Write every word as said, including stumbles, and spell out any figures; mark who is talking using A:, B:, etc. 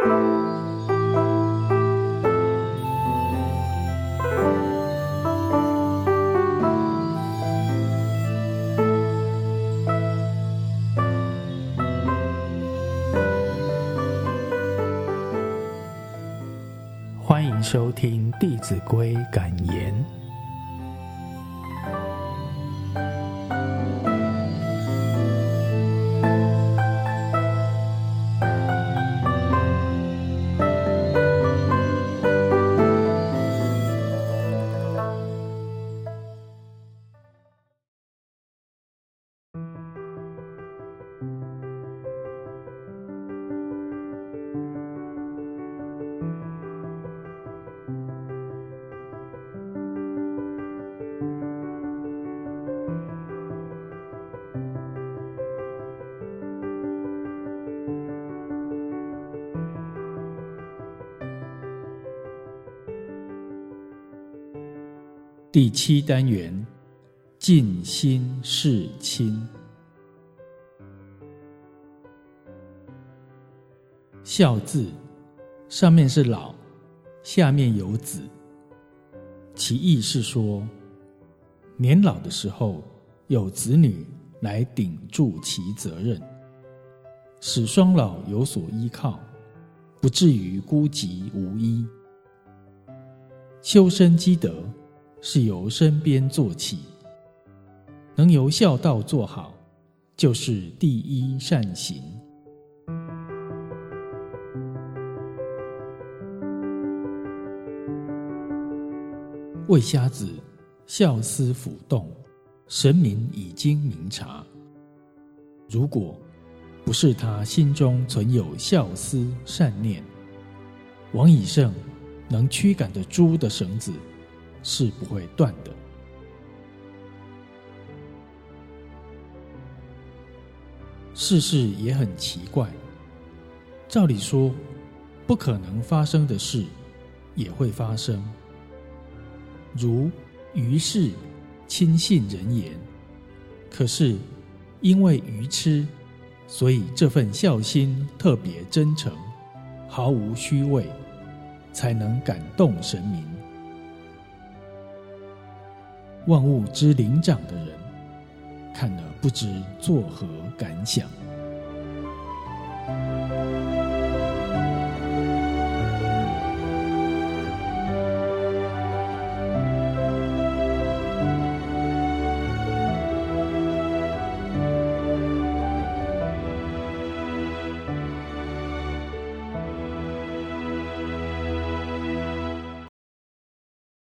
A: 欢迎收听《弟子规》感言。第七单元，尽心事亲。孝字上面是老，下面有子，其意是说，年老的时候有子女来顶住其责任，使双老有所依靠，不至于孤寂无依。修身积德是由身边做起，能由孝道做好，就是第一善行。为瞎子孝思辅动，神明已经明察。如果不是他心中存有孝思善念，王以圣能驱赶的猪的绳子是不会断的。世事也很奇怪，照理说不可能发生的事也会发生，如愚士轻信人言，可是因为愚痴，所以这份孝心特别真诚，毫无虚伪，才能感动神明。万物之灵长的人，看了不知作何感想。